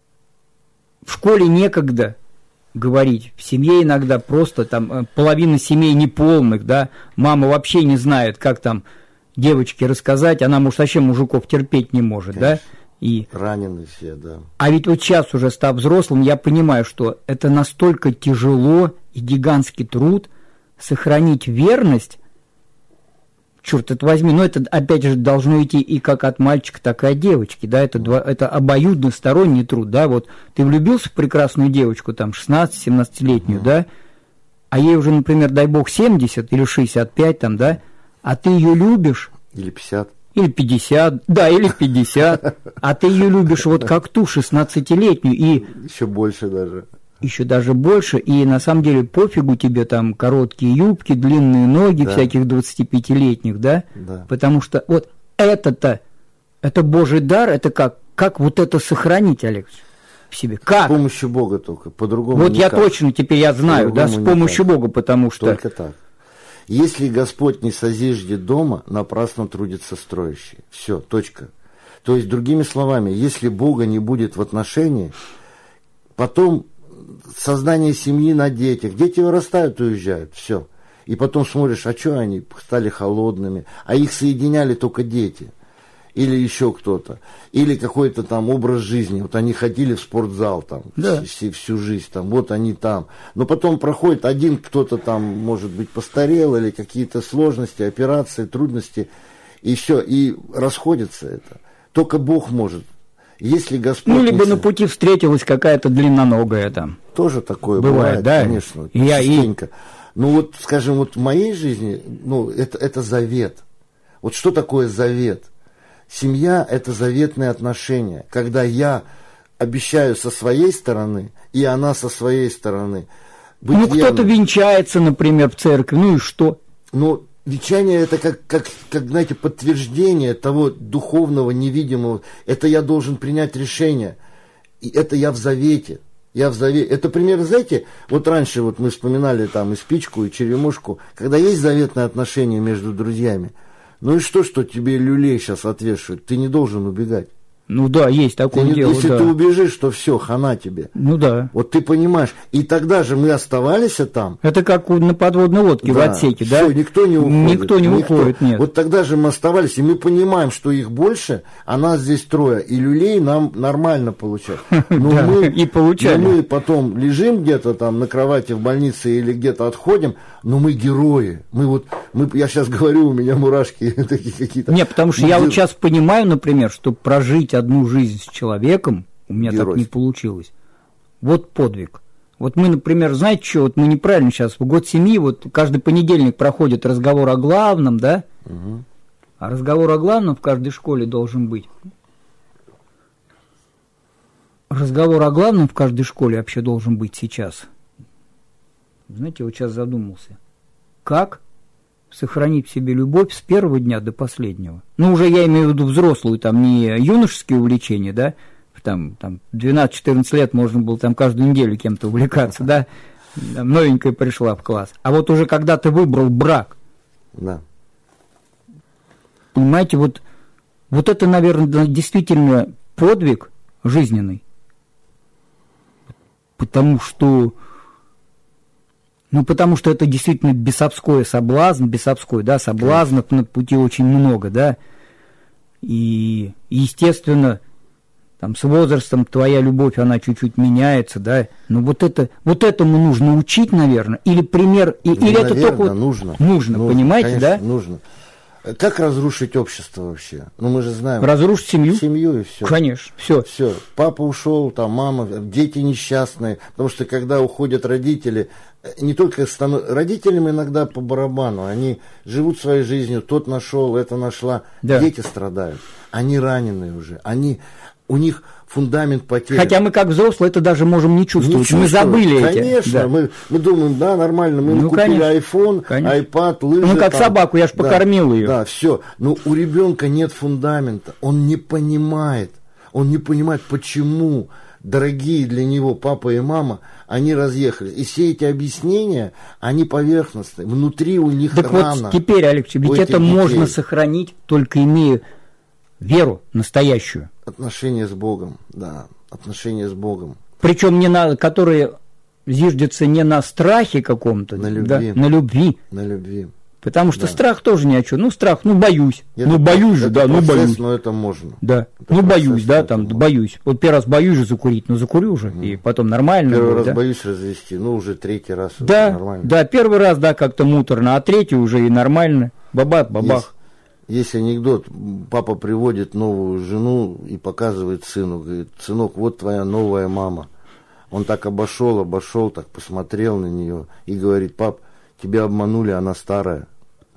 в школе некогда говорить. В семье иногда просто там половина семей неполных, да? Мама вообще не знает, как там девочке рассказать, она, может, вообще мужиков терпеть не может, Конечно. Да? И... Ранены все, да. А ведь вот сейчас уже став взрослым, я понимаю, что это настолько тяжело и гигантский труд сохранить верность, черт это возьми, но это опять же должно идти и как от мальчика, так и от девочки, да, это, два, это обоюдносторонний труд, да, вот ты влюбился в прекрасную девочку, там, шестнадцати-семнадцатилетнюю, mm. да, а ей уже, например, дай бог, семьдесят или шестьдесят пять, там, да, а ты ее любишь. Или пятьдесят. Или пятьдесят, да, или пятьдесят, а ты ее любишь вот как ту шестнадцатилетнюю и... Еще больше даже. Еще даже больше, и на самом деле пофигу тебе там короткие юбки, длинные ноги да. всяких двадцатипятилетних, да? Да. Потому что вот это-то, это Божий дар, это как, как вот это сохранить, Олег, в себе? Как? С помощью Бога только, по-другому Вот никак. Я точно теперь я знаю, да, с помощью никак. Бога, потому что... Только так. Если Господь не созиждет дома, напрасно трудится строящий. Все, точка. То есть, другими словами, если Бога не будет в отношении, потом создание семьи на детях, дети вырастают и уезжают, все. И потом смотришь, а что они стали холодными, а их соединяли только дети. или еще кто-то, или какой-то там образ жизни. Вот они ходили в спортзал там да. всю, всю жизнь, там, вот они там. Но потом проходит один, кто-то там, может быть, постарел, или какие-то сложности, операции, трудности, и все, и расходится это. Только Бог может. Если Господь... Ну, либо на пути встретилась какая-то длинноногая там. Тоже такое бывает, бывает, да? конечно, и я, частенько. И... Ну, вот, скажем, вот в моей жизни, ну, это, это завет. Вот что такое завет? Семья – это заветные отношения, когда я обещаю со своей стороны, и она со своей стороны быть Ну, кто-то венчается, например, в церкви, ну и что? Ну, венчание – это как, как, как, знаете, подтверждение того духовного, невидимого. Это я должен принять решение. И это я в завете. Я в завете. Это пример, знаете, вот раньше вот мы вспоминали там и спичку, и черемушку, когда есть заветные отношения между друзьями. Ну и что, что тебе люлей сейчас отвешивают? Ты не должен убегать. Ну да, есть такое ты, дело, Если да. ты убежишь, то все, хана тебе. Ну да. Вот ты понимаешь. И тогда же мы оставались там. Это как на подводной лодке, да, в отсеке, да? Все, никто не уходит. Никто не никто. уходит, нет. Вот тогда же мы оставались, и мы понимаем, что их больше, а нас здесь трое. И люлей нам нормально получать. Но да, мы, и получали. Но мы потом лежим где-то там на кровати в больнице или где-то отходим, но мы герои. Мы вот, мы, я сейчас говорю, у меня мурашки такие какие-то. Нет, потому что мы я гер... вот сейчас понимаю, например, что прожить одну жизнь с человеком у меня Герой. Так не получилось. Вот подвиг. Вот мы, например, знаете что, вот мы неправильно сейчас, в год семьи, вот каждый понедельник проходит разговор о главном, да? Угу. А разговор о главном в каждой школе должен быть. Разговор о главном в каждой школе вообще должен быть сейчас. Знаете, вот сейчас задумался. Как сохранить в себе любовь с первого дня до последнего? Ну, уже я имею в виду взрослую, там не юношеские увлечения, да? Там, там двенадцать-четырнадцать лет можно было там каждую неделю кем-то увлекаться, да? Там новенькая пришла в класс. А вот уже когда ты выбрал брак, да. Понимаете, вот, вот это, наверное, действительно подвиг жизненный. Потому что, ну, потому что это действительно бесовской соблазн, бесовской, да, соблазнов на пути очень много, да. И, естественно, там с возрастом твоя любовь, она чуть-чуть меняется, да. Но вот это, вот этому нужно учить, наверное, или пример, и, или наверное, это только нужно, нужно, нужно, понимаете, конечно, да? Нужно. Как разрушить общество вообще? Ну, мы же знаем. Разрушить семью? Семью и все. Конечно, все. Все. Папа ушел, там мама, дети несчастные. Потому что когда уходят родители, не только станов... родителям иногда по барабану, они живут своей жизнью, тот нашел, это нашла. Да. Дети страдают. Они раненые уже. Они... У них фундамент потерян. Хотя мы, как взрослые, это даже можем не чувствовать. Не чувствуем. Мы забыли Конечно, эти. Конечно, да. мы, мы думаем, да, нормально, мы ну, купили конечно, айфон, конечно. айпад, лыжи. Ну, как там, собаку, я ж да, покормил ее. Да, все. Но у ребенка нет фундамента. Он не понимает. Он не понимает, почему дорогие для него папа и мама, они разъехались. И все эти объяснения, они поверхностные. Внутри у них так рана. Вот теперь, Алексей, ведь это детей. Можно сохранить, только имея веру настоящую. Отношения с Богом, да, отношения с Богом. Причем не на, которые зиждятся не на страхе каком-то, на любви. Да, на любви. На любви. Потому что да. страх тоже ни о чем. Ну, страх, ну, боюсь. Это ну, боюсь же, да, процесс, ну, боюсь. Но это можно. Да. Это ну, процесс, боюсь, да, там, можно. боюсь. Вот первый раз боюсь же закурить, ну, закурю уже, mm. и потом нормально. Первый будет, раз да? боюсь развести, ну, уже третий раз да, нормально. Да, первый раз, да, как-то муторно, а третий уже и нормально. Бабах, бабах. Есть, есть анекдот, папа приводит новую жену и показывает сыну, говорит, сынок, вот твоя новая мама. Он так обошел, обошел, так посмотрел на нее и говорит, пап, тебя обманули, она старая.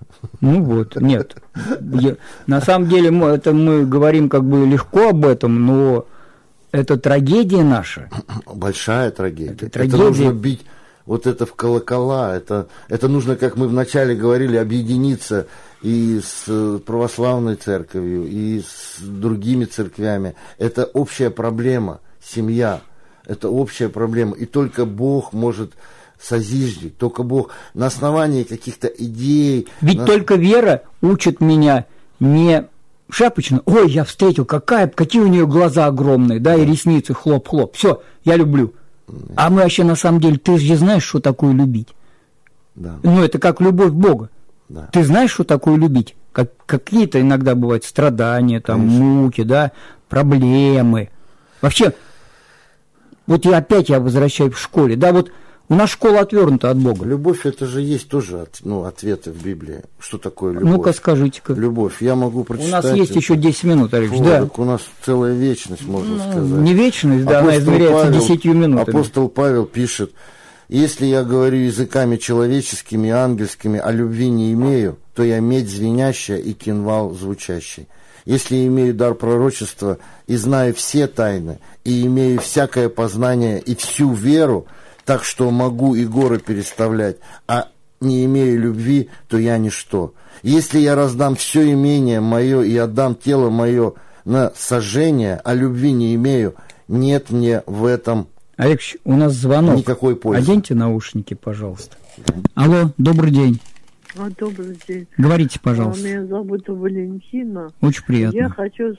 Ну вот, нет. Я, на самом деле мы, это мы говорим как бы легко об этом, но это трагедия наша. Большая трагедия. Это, трагедия. Это нужно бить вот это в колокола. Это, это нужно, как мы вначале говорили, объединиться и с православной церковью, и с другими церквями. Это общая проблема, семья. Это общая проблема. И только Бог может созиждить, только Бог на основании каких-то идей. Ведь на... только вера учит меня не шапочно, ой, я встретил, какая, какие у нее глаза огромные, да, да. и ресницы хлоп-хлоп, все, я люблю. Да. А мы вообще на самом деле, ты же знаешь, что такое любить. Да. Ну, это как любовь Бога. Да. Ты знаешь, что такое любить? как, какие-то иногда бывают страдания, там, Конечно. муки, да, проблемы. Вообще, вот я опять я возвращаюсь в школе, да, вот у нас школа отвернута от Бога. Любовь, это же есть тоже ну, ответы в Библии. Что такое любовь? Ну-ка, скажите-ка. Любовь. Я могу прочитать. У нас есть это. еще десять минут, Алексей. Фу, да. У нас целая вечность, можно ну, сказать. Не вечность, да, апостол она измеряется Павел, десятью минутами. Апостол Павел пишет: «Если я говорю языками человеческими и ангельскими, а любви не имею, то я медь звенящая и кимвал звучащий. Если имею дар пророчества и знаю все тайны, и имею всякое познание и всю веру, так что могу и горы переставлять, а не имею любви, то я ничто. Если я раздам все имение мое и отдам тело мое на сожжение, а любви не имею, нет мне в этом Алексей, у нас звонок. Никакой пользы. Оденьте наушники, пожалуйста. Алло, добрый день. А, добрый день. Говорите, пожалуйста. А, меня зовут Валентина. Очень приятно. Я хочу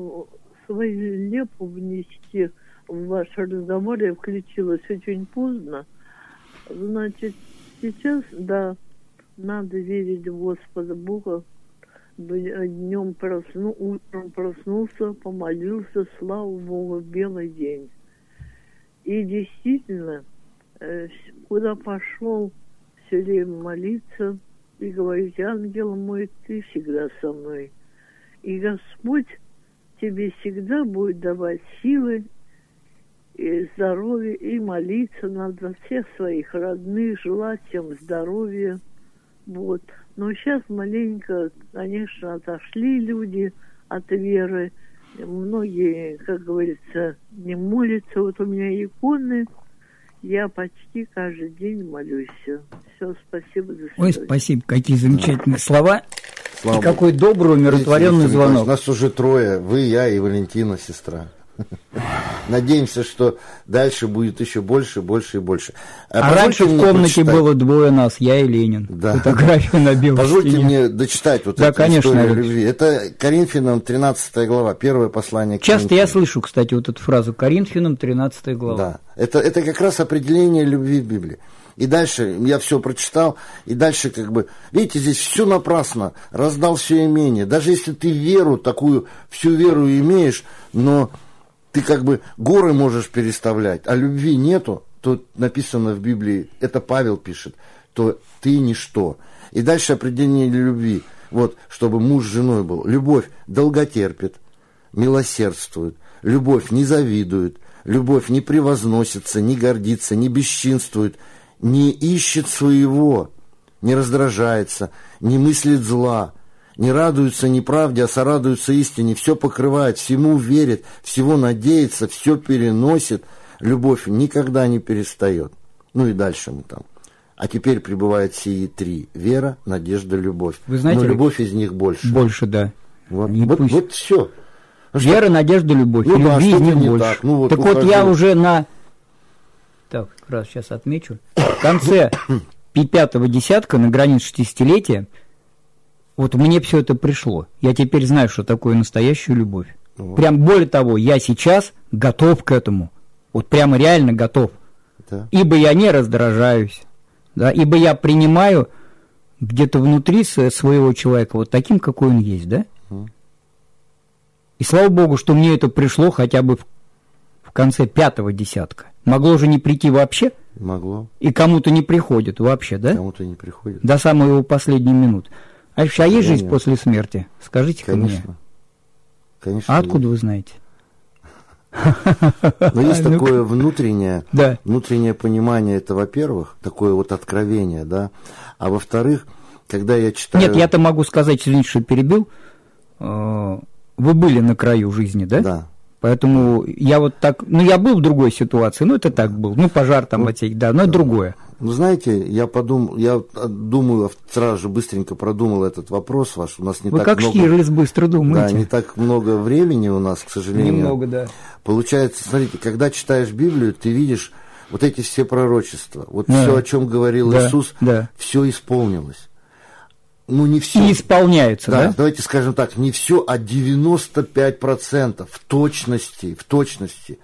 свою лепу внести в ваш разговор. Я включилась очень поздно. Значит, сейчас, да, надо верить в Господа Бога. Днем просну, утром проснулся, помолился, слава Богу, белый день. И действительно, куда пошел, все время молиться и говорить: ангел мой, ты всегда со мной. И Господь тебе всегда будет давать силы и здоровье, и молиться надо всех своих родных, желать всем здоровья. Вот. Но сейчас маленько, конечно, отошли люди от веры. Многие, как говорится, не молятся. Вот у меня иконы, я почти каждый день молюсь. Все, спасибо за Ой, спасибо, какие замечательные слова. Слава и какой добрый, умиротворенный звонок. Нас уже трое, вы, я и Валентина, сестра. Надеемся, что дальше будет еще больше, больше и больше. А, а раньше в комнате прочитать... было двое нас, я и Ленин. Да. Фотографию на белой Позвольте стене. мне дочитать вот да, эту конечно, историю любви. Это Коринфянам тринадцатая глава, первое послание к Часто Коринфянам. Я слышу, кстати, вот эту фразу Коринфянам тринадцатая глава. Да, это, это как раз определение любви в Библии. И дальше, я все прочитал, и дальше как бы, видите, здесь все напрасно, раздал все имение. Даже если ты веру, такую, всю веру имеешь, но ты как бы горы можешь переставлять, а любви нету, то написано в Библии, это Павел пишет, то ты ничто. И дальше определение любви, вот, чтобы муж с женой был. Любовь долготерпит, милосердствует, любовь не завидует, любовь не превозносится, не гордится, не бесчинствует, не ищет своего, не раздражается, не мыслит зла, не радуется неправде, а сорадуется истине, все покрывает, всему верит, всего надеется, все переносит, любовь никогда не перестает. Ну и дальше мы там. А теперь пребывают сии три: вера, надежда, любовь. Вы знаете, но любовь из них больше. Больше, да. Вот, вот, пусть... вот все. Вера, надежда, любовь. Ну, и да, любви из них не больше. Так, ну, вот так ухожу. Вот я уже на... Так, как раз сейчас отмечу. В конце пятого десятка, на границе шестидесятилетия, вот мне все это пришло. Я теперь знаю, что такое настоящую любовь. Вот. Прям более того, я сейчас готов к этому. Вот прямо реально готов. Да. Ибо я не раздражаюсь. Да, ибо я принимаю где-то внутри своего человека вот таким, какой он есть, да? Угу. И слава Богу, что мне это пришло хотя бы в, в конце пятого десятка. Могло же не прийти вообще? Могло. И кому-то не приходит вообще, да? Кому-то не приходит. До самой его последней минуты. А, а есть жизнь после смерти? Скажите-ка мне. Конечно. А откуда вы знаете? Но есть такое внутреннее, да. внутреннее понимание, это, во-первых, такое вот откровение, да, а во-вторых, когда я читаю... Нет, я-то могу сказать, извините, что перебил, вы были на краю жизни, да? Да. Поэтому я вот так, ну, я был в другой ситуации, ну, это так был, ну, пожар там, ну, да, но это другое. Ну, знаете, я подумал, я думаю, сразу же быстренько продумал этот вопрос ваш. У нас не Вы так как много... Штирлиц быстро думаете. Да, не так много времени у нас, к сожалению. Немного, да. Получается, смотрите, когда читаешь Библию, ты видишь вот эти все пророчества. Вот да. все, о чем говорил да. Иисус, да. все исполнилось. Ну, не все. И исполняются, да? Да, давайте скажем так, не все, а девяносто пять процентов в точности, в точности.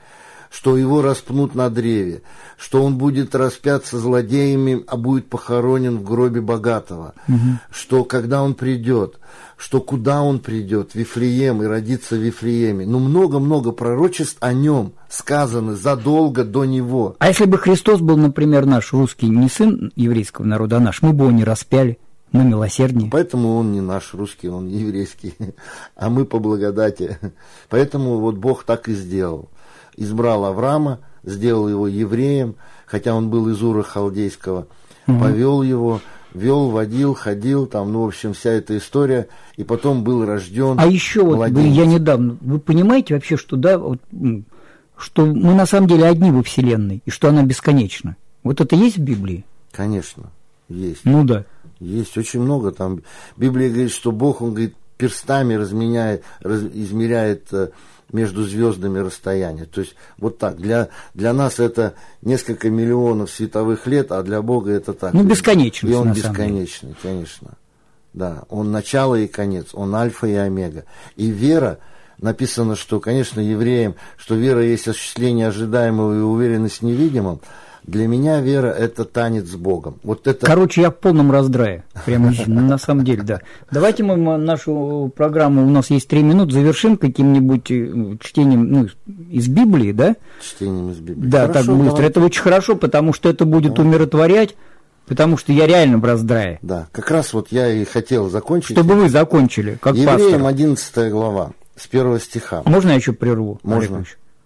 что его распнут на древе, что он будет распяться злодеями, а будет похоронен в гробе богатого, угу. что когда он придет, что куда он придет, в Вифлеем, и родится в Вифлееме. Ну, много-много пророчеств о нем сказаны задолго до него. А если бы Христос был, например, наш русский, не сын еврейского народа, а наш, мы бы его не распяли, мы милосерднее. Поэтому он не наш русский, он не еврейский, а мы по благодати. Поэтому вот Бог так и сделал. Избрал Авраама, сделал его евреем, хотя он был из Ура Халдейского, угу. повел его, вел, водил, ходил, там, ну, в общем, вся эта история, и потом был рожден. А еще вот, вы, я недавно, вы понимаете вообще, что, да, вот, что мы на самом деле одни во Вселенной, и что она бесконечна? Вот это есть в Библии? Конечно, есть. Ну да. Есть очень много там. Библия говорит, что Бог, он говорит, перстами разменяет, раз, измеряет между звездами расстояние. То есть вот так. Для, для нас это несколько миллионов световых лет, а для Бога это так. Ну, бесконечность. И он бесконечный, конечно. Да, он начало и конец, он альфа и омега. И вера, написано, что, конечно, евреям, что вера есть осуществление ожидаемого и уверенность в невидимом. Для меня вера – это танец с Богом. Вот это... Короче, я в полном раздрае. Прямо на самом деле, да. Давайте мы нашу программу, у нас есть три минуты, завершим каким-нибудь чтением, ну, из Библии, да? Чтением из Библии. Да, хорошо, так быстро. Давайте. Это очень хорошо, потому что это будет да. умиротворять, потому что я реально в раздрае. Да, как раз вот я и хотел закончить. Чтобы вы закончили, как Евреям пастор. одиннадцатая глава, с первого стиха. Можно я еще прерву? Можно.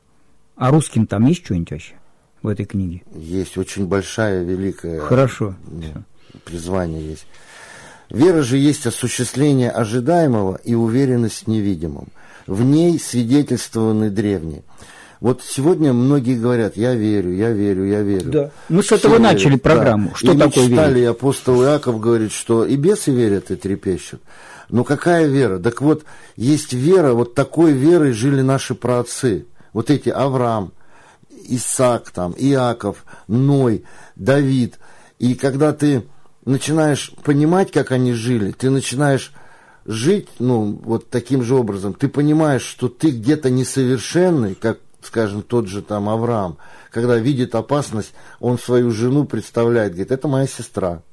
А русским там есть что-нибудь вообще? В этой книге? Есть очень большая, великая. Хорошо. Ну, призвание есть. Вера же есть осуществление ожидаемого и уверенность в невидимом. В ней свидетельствованы древние. Вот сегодня многие говорят, я верю, я верю, я верю. Да. Мы с этого Все начали верят. Программу. Да. Что и такое верить? Читали, верить? апостол Иаков говорит, что и бесы верят и трепещут. Но какая вера? Так вот, есть вера, вот такой верой жили наши праотцы. Вот эти Авраам, Исаак, там, Иаков, Ной, Давид. И когда ты начинаешь понимать, как они жили, ты начинаешь жить, ну, вот таким же образом, ты понимаешь, что ты где-то несовершенный, как, скажем, тот же там Авраам, когда видит опасность, он свою жену представляет, говорит, это моя сестра.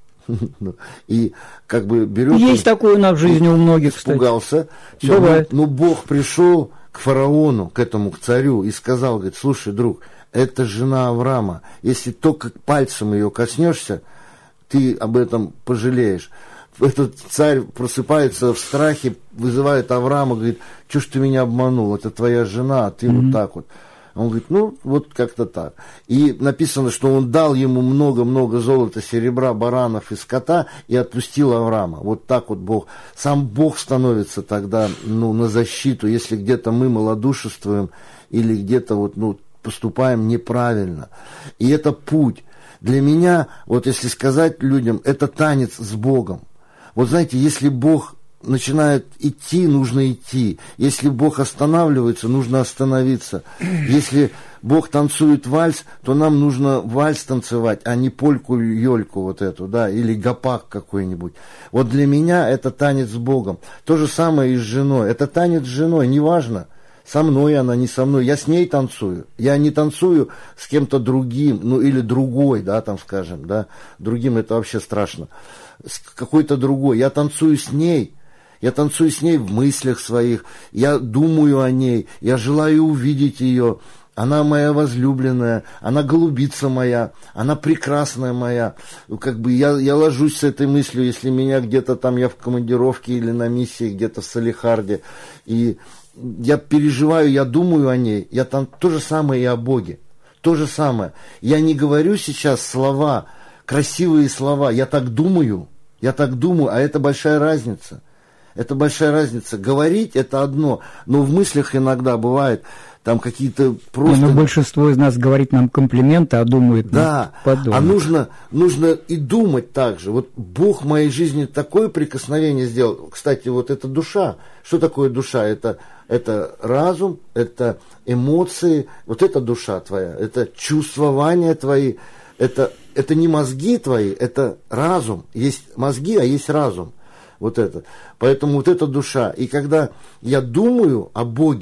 И как бы берет... Есть такое у нас в жизни у многих, кстати. Испугался. Бывает. Но Бог пришел к фараону, к этому, к царю, и сказал, говорит, слушай, друг, это жена Авраама. Если только пальцем ее коснешься, ты об этом пожалеешь. Этот царь просыпается в страхе, вызывает Авраама, говорит, что ж ты меня обманул, это твоя жена, а ты mm-hmm. вот так вот. Он говорит, ну, вот как-то так. И написано, что он дал ему много-много золота, серебра, баранов и скота и отпустил Авраама. Вот так вот Бог. Сам Бог становится тогда, ну, на защиту, если где-то мы малодушествуем или где-то вот, ну, поступаем неправильно. И это путь. Для меня, вот если сказать людям, это танец с Богом. Вот знаете, если Бог начинает идти, нужно идти. Если Бог останавливается, нужно остановиться. Если Бог танцует вальс, то нам нужно вальс танцевать, а не польку-ёльку вот эту, да, или гопак какой-нибудь. Вот для меня это танец с Богом. То же самое и с женой. Это танец с женой, неважно, со мной она, не со мной. Я с ней танцую. Я не танцую с кем-то другим, ну или другой, да, там скажем, да. Другим это вообще страшно. С какой-то другой. Я танцую с ней. Я танцую с ней в мыслях своих, я думаю о ней, я желаю увидеть ее. Она моя возлюбленная, она голубица моя, она прекрасная моя. Как бы я, я ложусь с этой мыслью, если меня где-то там, я в командировке или на миссии где-то в Салехарде, и я переживаю, я думаю о ней, я там то же самое и о Боге. То же самое. Я не говорю сейчас слова, красивые слова, я так думаю, я так думаю, а это большая разница. Это большая разница. Говорить это одно, но в мыслях иногда бывает там какие-то просто... Но большинство из нас говорит нам комплименты, а думает... Да, подумать. А нужно, нужно и думать так же. Вот Бог в моей жизни такое прикосновение сделал. Кстати, вот эта душа. Что такое душа? Это, это разум, это эмоции. Вот это душа твоя, это чувствования твои. Это, это не мозги твои, это разум. Есть мозги, а есть разум. Вот это. Поэтому вот эта душа. И когда я думаю о Боге,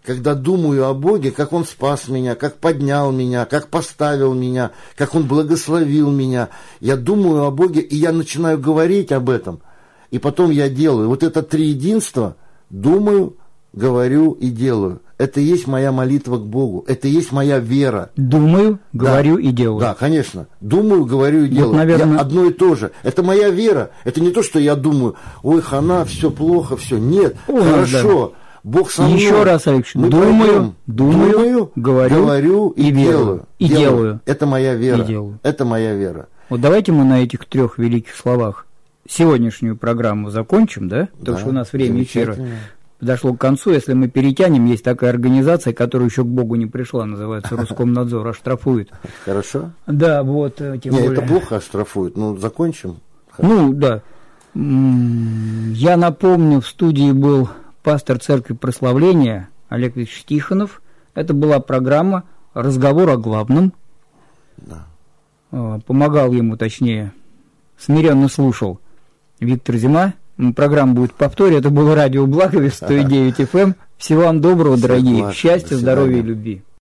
когда думаю о Боге, как Он спас меня, как поднял меня, как поставил меня, как Он благословил меня, я думаю о Боге, и я начинаю говорить об этом, и потом я делаю. Вот это триединство, думаю, говорю и делаю. Это и есть моя молитва к Богу, это и есть моя вера. Думаю, говорю да, и делаю. Да, конечно. Думаю, говорю и делаю. Вот, наверное... Я одно и то же. Это моя вера. Это не то, что я думаю, ой, хана, все плохо, все. Нет, О, хорошо. Да. Бог со мной. Еще раз, Алексей, думаю, думаю, думаю, говорю, говорю и, и делаю. И делаю. делаю. Это моя вера. Это моя вера. Вот давайте мы на этих трех великих словах сегодняшнюю программу закончим, да? Потому да, что у нас время эфира подошло к концу. Если мы перетянем, есть такая организация, которая еще к Богу не пришла, называется Роскомнадзор, оштрафует. Хорошо. Да, вот. Тем Нет, более... это плохо оштрафует. Ну, закончим. Ну, да. Я напомню, в студии был пастор Церкви Прославления Олег Викторович Тихонов. Это была программа «Разговор о главном». Да. Помогал ему, точнее, смиренно слушал Виктор Зима. Программа будет в повторе. Это было радио Благовесть сто девять эф эм. Всего вам доброго, дорогие. Счастья, здоровья и любви.